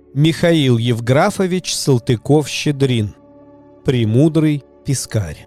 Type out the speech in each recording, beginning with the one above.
Михаил Евграфович Салтыков-Щедрин. Премудрый пескарь.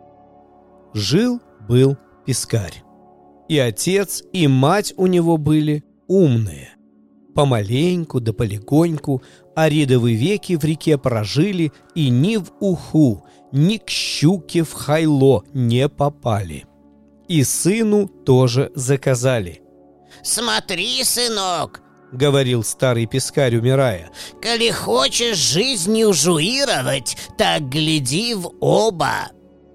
Жил-был пескарь. И отец, и мать у него были умные. Помаленьку да полегоньку аридовы веки в реке прожили и ни в уху, ни к щуке в хайло не попали. И сыну тоже заказали. «Смотри, сынок, — говорил старый пескарь, умирая, — коли хочешь жизнью жуировать, так гляди в оба».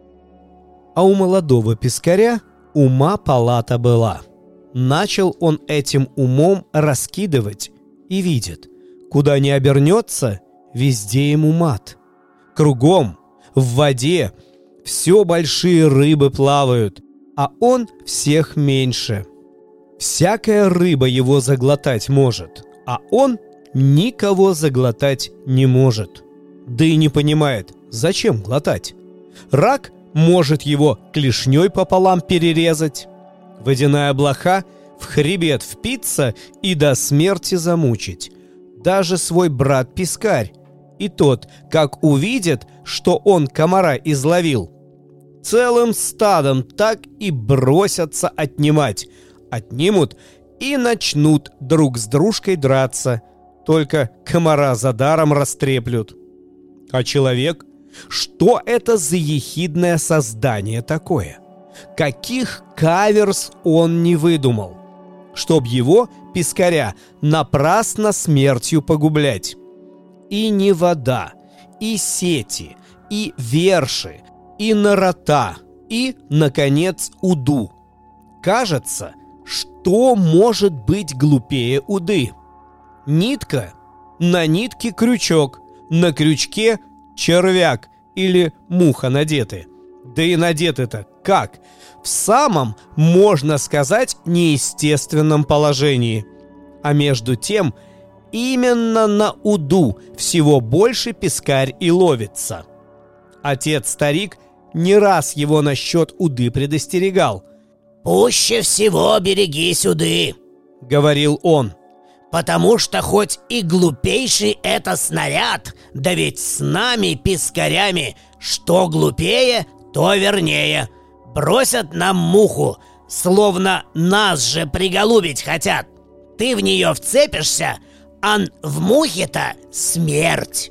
а у молодого пескаря ума палата была. Начал он этим умом раскидывать и видит, куда ни обернется, везде ему мат. Кругом, в воде, все большие рыбы плавают, а он всех меньше. Всякая рыба его заглотать может, а он никого заглотать не может. Да и не понимает, зачем глотать. Рак может его клешней пополам перерезать, водяная блоха в хребет впиться и до смерти замучить. Даже свой брат-пескарь, и тот, как увидит, что он комара изловил, целым стадом так и бросятся отнимать. Отнимут и начнут друг с дружкой драться, только комара за даром растреплют. А человек? Что это за ехидное создание такое? Каких каверз он не выдумал, чтоб его, пескаря, напрасно смертью погублять? И не вода, и сети, и верши, и нарота, и, наконец, уду. Кажется, что может быть глупее уды? Нитка, на нитке крючок, на крючке червяк или муха надеты. Да и надеты-то как? В самом, можно сказать, неестественном положении. А между тем, именно на уду всего больше пескарь и ловится. Отец-старик не раз его насчет уды предостерегал. «Пуще всего берегись уды, — говорил он, — потому что хоть и глупейший это снаряд, да ведь с нами, пескарями, что глупее, то вернее. Бросят нам муху, словно нас же приголубить хотят. Ты в нее вцепишься, а в мухе-то смерть».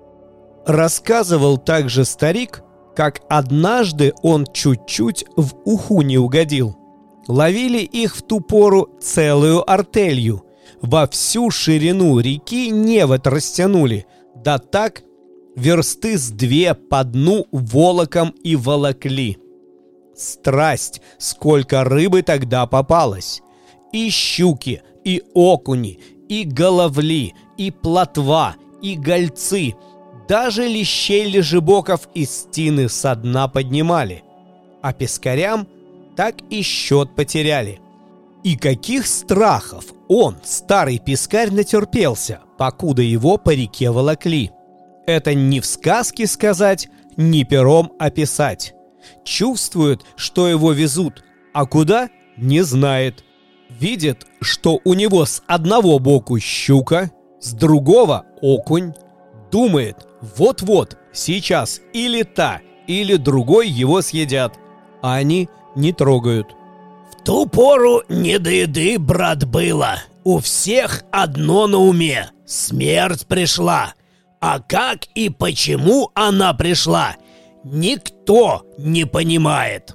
Рассказывал также старик, как однажды он чуть-чуть в уху не угодил. Ловили их в ту пору целую артелью. Во всю ширину реки невод растянули, да так версты с 2 по дну волоком и волокли. Страсть, сколько рыбы тогда попалось! И щуки, и окуни, и головли, и плотва, и гольцы. Даже лещей-лежебоков из тины со дна поднимали. А пескарям так и счет потеряли. И каких страхов он, старый пескарь, натерпелся, покуда его по реке волокли. Это ни в сказке сказать, ни пером описать. Чувствует, что его везут, а куда — не знает. Видит, что у него с одного боку щука, с другого — окунь. Думает, вот-вот, сейчас или та, или другой его съедят, а они не трогают. «В ту пору не до еды, брат, было. У всех одно на уме — смерть пришла. А как и почему она пришла, никто не понимает».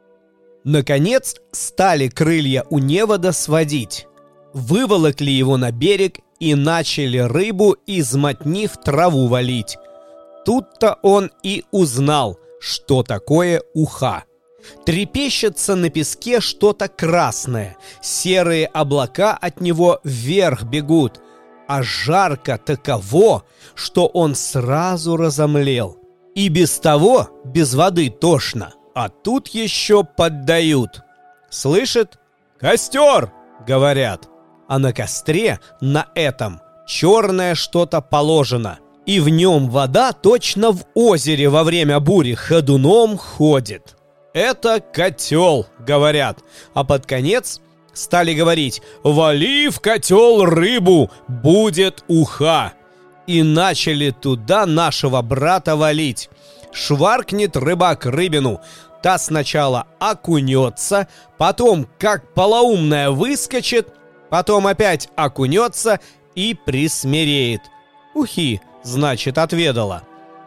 Наконец стали крылья у невода сводить. Выволокли его на берег и начали рыбу из мотни в траву валить. Тут-то он и узнал, что такое уха. Трепещется на песке что-то красное, серые облака от него вверх бегут, а жарко таково, что он сразу разомлел. И без того без воды тошно, а тут еще поддают. Слышит? «Костер!» — говорят. А на костре, на этом, черное что-то положено, и в нем вода точно в озере во время бури ходуном ходит. Это котел, говорят, а под конец Стали говорить: «Вали в котел рыбу, будет уха!» И начали туда нашего брата валить. Шваркнет рыбак рыбину. Та сначала окунется, потом, как полоумная, выскочит, потом опять окунется и присмиреет. Ухи, значит, отведала.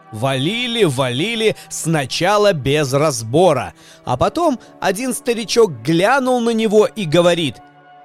Валили сначала без разбора, а потом один старичок глянул на него и говорит: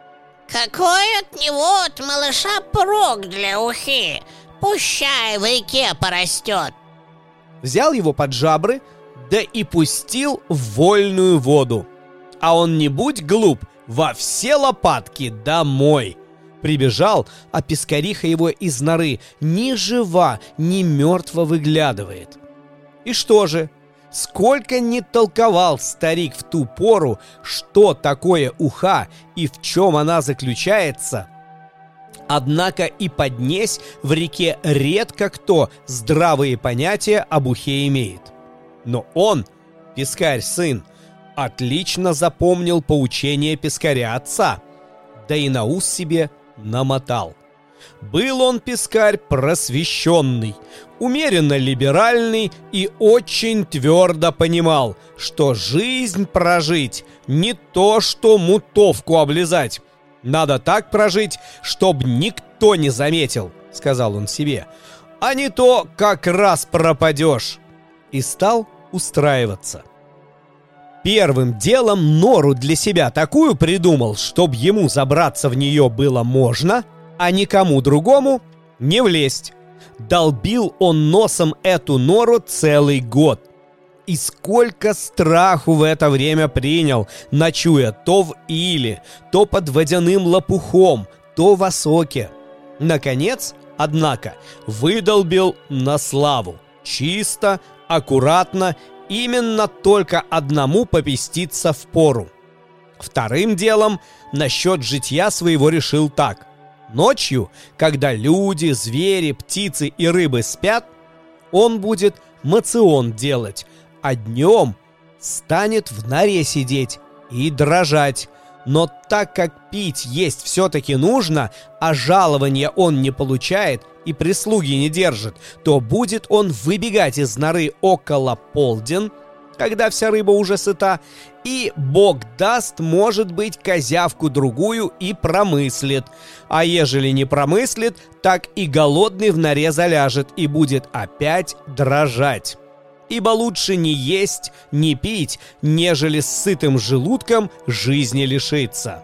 «Какой от него, от малыша, прок для ухи? Пущай в реке порастет». Взял его под жабры, да и пустил в вольную воду. А он, не будь глуп, во все лопатки домой. Прибежал, а пескариха его из норы ни жива, ни мертва выглядывает. И что же? Сколько не толковал старик в ту пору, что такое уха и в чем она заключается, однако и поднесь в реке редко кто здравые понятия об ухе имеет. Но он, пескарь-сын, отлично запомнил поучение пескаря отца, да и на ус себе намотал. Был он пескарь просвещенный, умеренно либеральный и очень твердо понимал, что жизнь прожить не то, что мутовку облизать. Надо так прожить, чтоб никто не заметил, сказал он себе, а не то как раз пропадешь. И стал устраиваться. Первым делом нору для себя такую придумал, чтоб ему забраться в нее было можно, а никому другому не влезть. Долбил он носом эту нору целый год. И сколько страху в это время принял, ночуя то в иле, то под водяным лопухом, то в осоке. Наконец, однако, выдолбил на славу. Чисто, аккуратно, именно только одному попеститься впору. Вторым делом насчет житья своего решил так. Ночью, когда люди, звери, птицы и рыбы спят, он будет моцион делать, а днем станет в норе сидеть и дрожать. Но так как пить есть все-таки нужно, а жалования он не получает и прислуги не держит, то будет он выбегать из норы около полдень, когда вся рыба уже сыта, и, Бог даст, может быть, козявку-другую и промыслит. А ежели не промыслит, так и голодный в норе заляжет и будет опять дрожать. Ибо лучше не есть, не пить, нежели с сытым желудком жизни лишиться.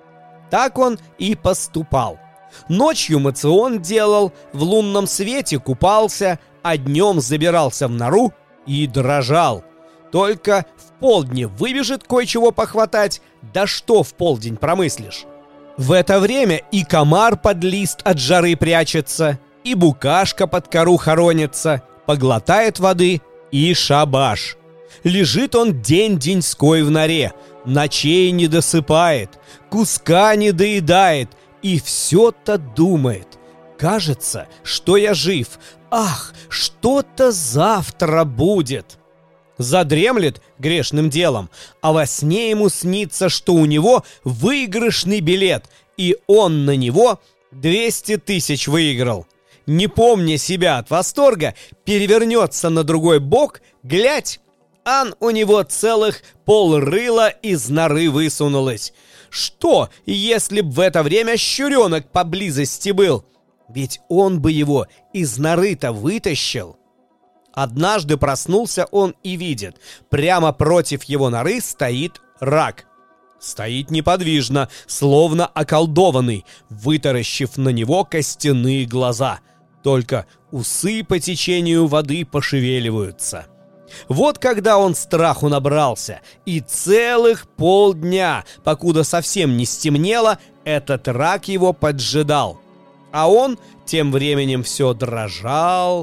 Так он и поступал. Ночью моцион делал, в лунном свете купался, а днем забирался в нору и дрожал. Только в полдне выбежит кое-чего похватать, да что в полдень промыслишь? В это время и комар под лист от жары прячется, и букашка под кору хоронится, поглотает воды и шабаш. Лежит он день-деньской в норе, ночей не досыпает, куска не доедает, и все-то думает: кажется, что я жив, ах, что-то завтра будет. Задремлет грешным делом, а во сне ему снится, что у него выигрышный билет, и он на него 200 000 выиграл. Не помня себя от восторга, перевернется на другой бок, глядь, ан у него целых полрыла из норы высунулось. Что, если б в это время щуренок поблизости был? Ведь он бы его из норы-то вытащил. Однажды проснулся он и видит, прямо против его норы стоит рак. Стоит неподвижно, словно околдованный, вытаращив на него костяные глаза. Только усы по течению воды пошевеливаются. Вот когда он страху набрался, и целых полдня, покуда совсем не стемнело, этот рак его поджидал. А он тем временем все дрожал.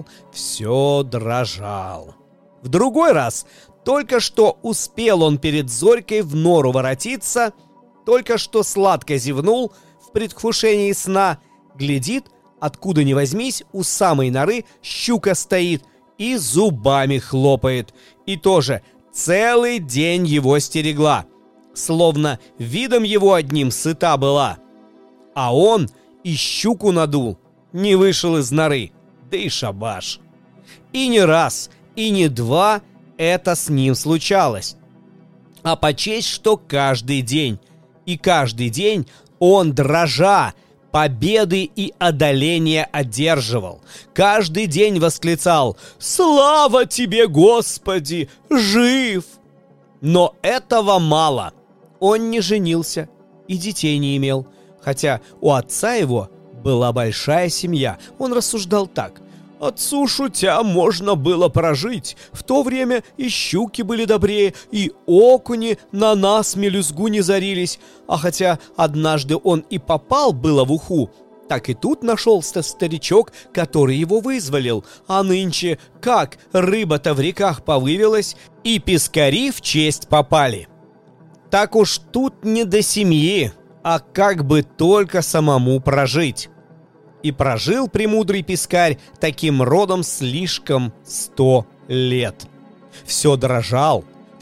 В другой раз, только что успел он перед зорькой в нору воротиться, только что сладко зевнул в предвкушении сна, глядит, откуда ни возьмись, у самой норы щука стоит и зубами хлопает, и тоже целый день его стерегла. словно видом его одним сыта была. А он и щуку надул, не вышел из норы, да и шабаш. И не раз, и не два это с ним случалось, а почесть, что каждый день. И каждый день он, дрожа, победы и одоления одерживал. Каждый день восклицал: «Слава тебе, Господи! Жив!» Но этого мало. Он не женился и детей не имел, хотя у отца его была большая семья. Он рассуждал так: «Отцу шутя можно было прожить. В то время и щуки были добрее, и окуни на нас мелюзгу не зарились. А хотя однажды он и попал было в уху, так и тут нашелся старичок, который его вызволил. А нынче как рыба-то в реках повывелась, и пескари в честь попали. Так уж тут не до семьи, а как бы только самому прожить». И прожил премудрый пескарь таким родом слишком 100 лет. Все дрожал.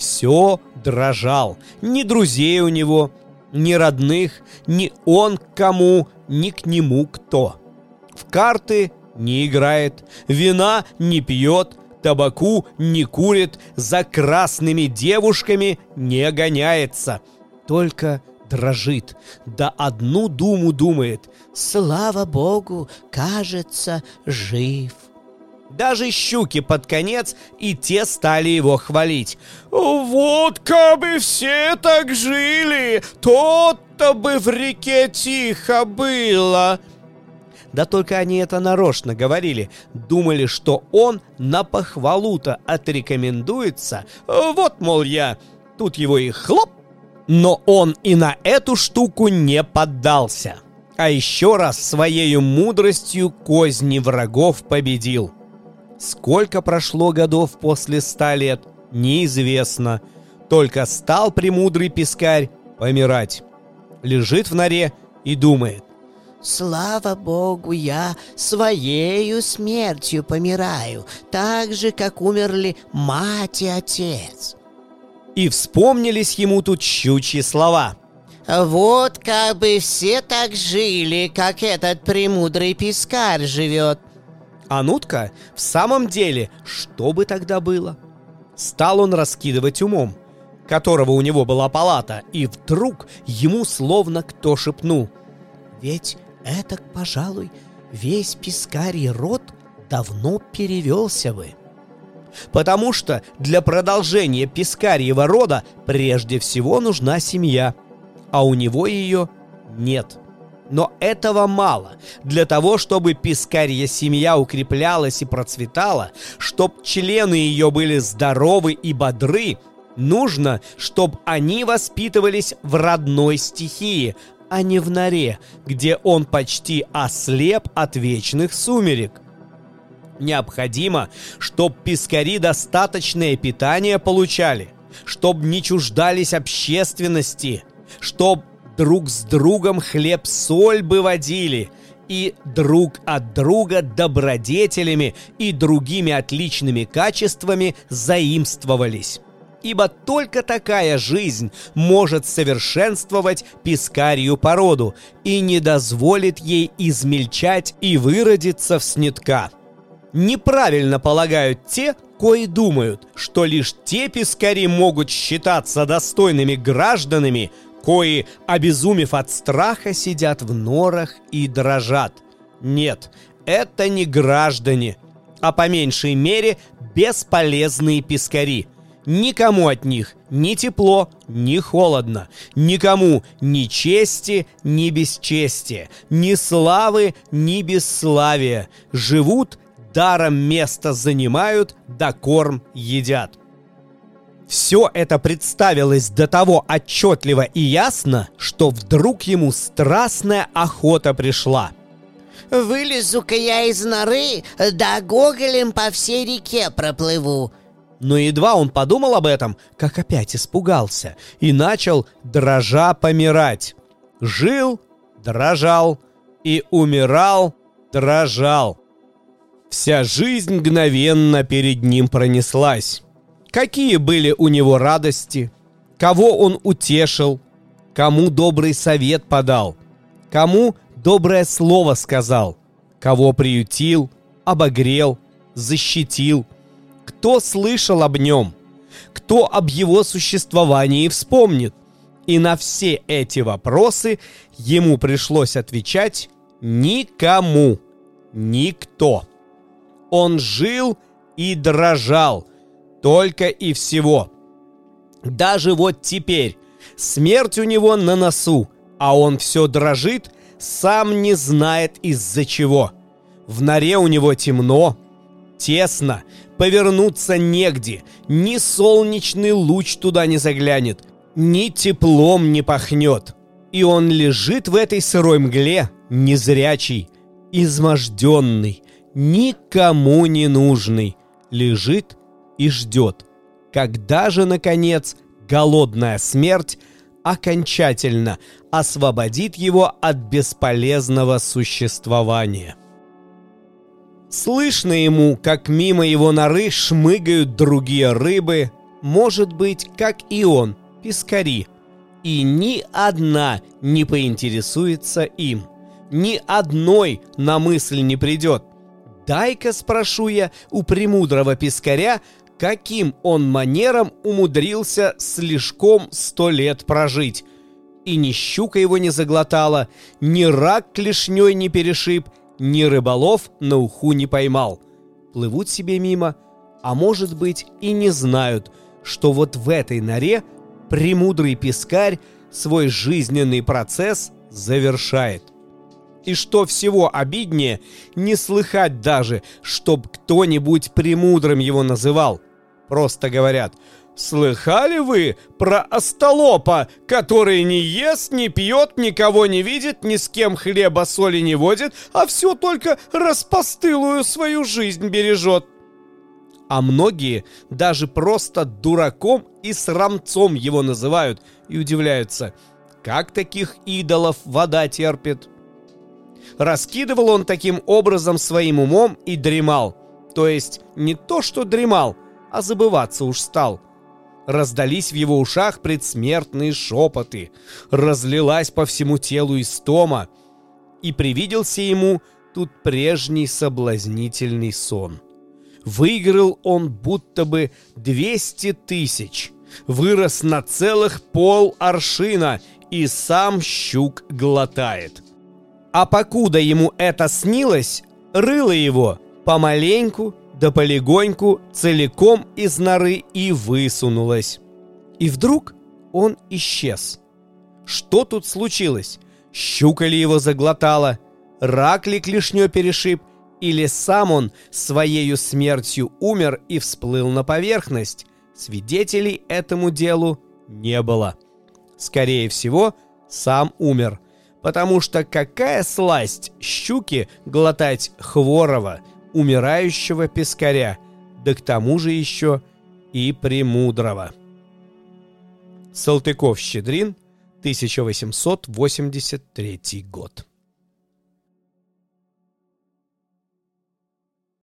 Ни друзей у него, ни родных, ни он к кому, ни к нему кто. В карты не играет, вина не пьет, табаку не курит, за красными девушками не гоняется. Только дрожит, да одну думу думает: «Слава Богу, кажется, жив». Даже щуки под конец и те стали его хвалить. «Вот кабы все так жили, то-то бы в реке тихо было». Да только они это нарочно говорили, думали, что он на похвалу-то отрекомендуется. Вот, мол, я, тут его и хлоп. Но он и на эту штуку не поддался, а еще раз своею мудростью козни врагов победил. Сколько прошло годов после 100 лет, неизвестно. Только стал премудрый пескарь помирать. Лежит в норе и думает: «Слава Богу, я своею смертью помираю, так же, как умерли мать и отец». И вспомнились ему тут щучьи слова: «Вот как бы все так жили, как этот премудрый пескарь живет». А ну-ка, в самом деле, что бы тогда было? Стал он раскидывать умом, которого у него была палата, и вдруг ему словно кто шепнул: «Ведь этак, пожалуй, весь пескарий род давно перевелся бы». Потому что для продолжения пескарьего рода прежде всего нужна семья, а у него ее нет. Но этого мало. Для того, чтобы пескарья семья укреплялась и процветала, чтоб члены ее были здоровы и бодры, нужно, чтоб они воспитывались в родной стихии, а не в норе, где он почти ослеп от вечных сумерек. Необходимо, чтоб пескари достаточное питание получали, чтоб не чуждались общественности, чтоб друг с другом хлеб-соль бы водили и друг от друга добродетелями и другими отличными качествами заимствовались. Ибо только такая жизнь может совершенствовать пескарью породу и не дозволит ей измельчать и выродиться в снетка. Неправильно полагают те, кои думают, что лишь те пескари могут считаться достойными гражданами, кои, обезумев от страха, сидят в норах и дрожат. Нет, это не граждане, а по меньшей мере бесполезные пескари. Никому от них ни тепло, ни холодно, никому ни чести, ни бесчестия, ни славы, ни бесславия. Живут, даром место занимают, да корм едят. Все это представилось до того отчетливо и ясно, что вдруг ему страстная охота пришла. «Вылезу-ка я из норы, да гоголем по всей реке проплыву». Но едва он подумал об этом, как опять испугался и начал, дрожа, помирать. Жил, дрожал, и умирал, дрожал. Вся жизнь мгновенно перед ним пронеслась. Какие были у него радости, кого он утешил, кому добрый совет подал, кому доброе слово сказал, кого приютил, обогрел, защитил, кто слышал об нем, кто об его существовании вспомнит. И на все эти вопросы ему пришлось отвечать: никому, никто. Он жил и дрожал, только и всего. Даже вот теперь смерть у него на носу, а он все дрожит, сам не знает из-за чего. В норе у него темно, тесно, повернуться негде, ни солнечный луч туда не заглянет, ни теплом не пахнет. И он лежит в этой сырой мгле, незрячий, изможденный, никому не нужный, лежит и ждет, когда же, наконец, голодная смерть окончательно освободит его от бесполезного существования. Слышно ему, как мимо его норы шмыгают другие рыбы, может быть, как и он, пескари, и ни одна не поинтересуется им, ни одной на мысль не придет: дай-ка спрошу я у премудрого пескаря, каким он манером умудрился слишком 100 лет прожить. И ни щука его не заглотала, ни рак клешней не перешиб, ни рыболов на уху не поймал. Плывут себе мимо, а может быть и не знают, что вот в этой норе премудрый пескарь свой жизненный процесс завершает. И что всего обиднее, не слыхать даже, чтоб кто-нибудь премудрым его называл. Просто говорят: слыхали вы про остолопа, который не ест, не пьет, никого не видит, ни с кем хлеба соли не водит, а все только распостылую свою жизнь бережет? А многие даже просто дураком и срамцом его называют и удивляются, как таких идолов вода терпит. Раскидывал он таким образом своим умом и дремал. То есть не то, что дремал, а забываться уж стал. Раздались в его ушах предсмертные шепоты, разлилась по всему телу истома, и привиделся ему тут прежний соблазнительный сон. Выиграл он будто бы 200 тысяч, вырос на целых пол-аршина и сам щук глотает. А покуда ему это снилось, рыло его помаленьку да полегоньку целиком из норы и высунулось. И вдруг он исчез. Что тут случилось? Щука ли его заглотала? Рак ли клешнё перешиб? Или сам он своею смертью умер и всплыл на поверхность? Свидетелей этому делу не было. Скорее всего, сам умер. Потому что какая сласть щуки глотать хворого, умирающего пескаря, да к тому же еще и премудрого. Салтыков-Щедрин, 1883 год.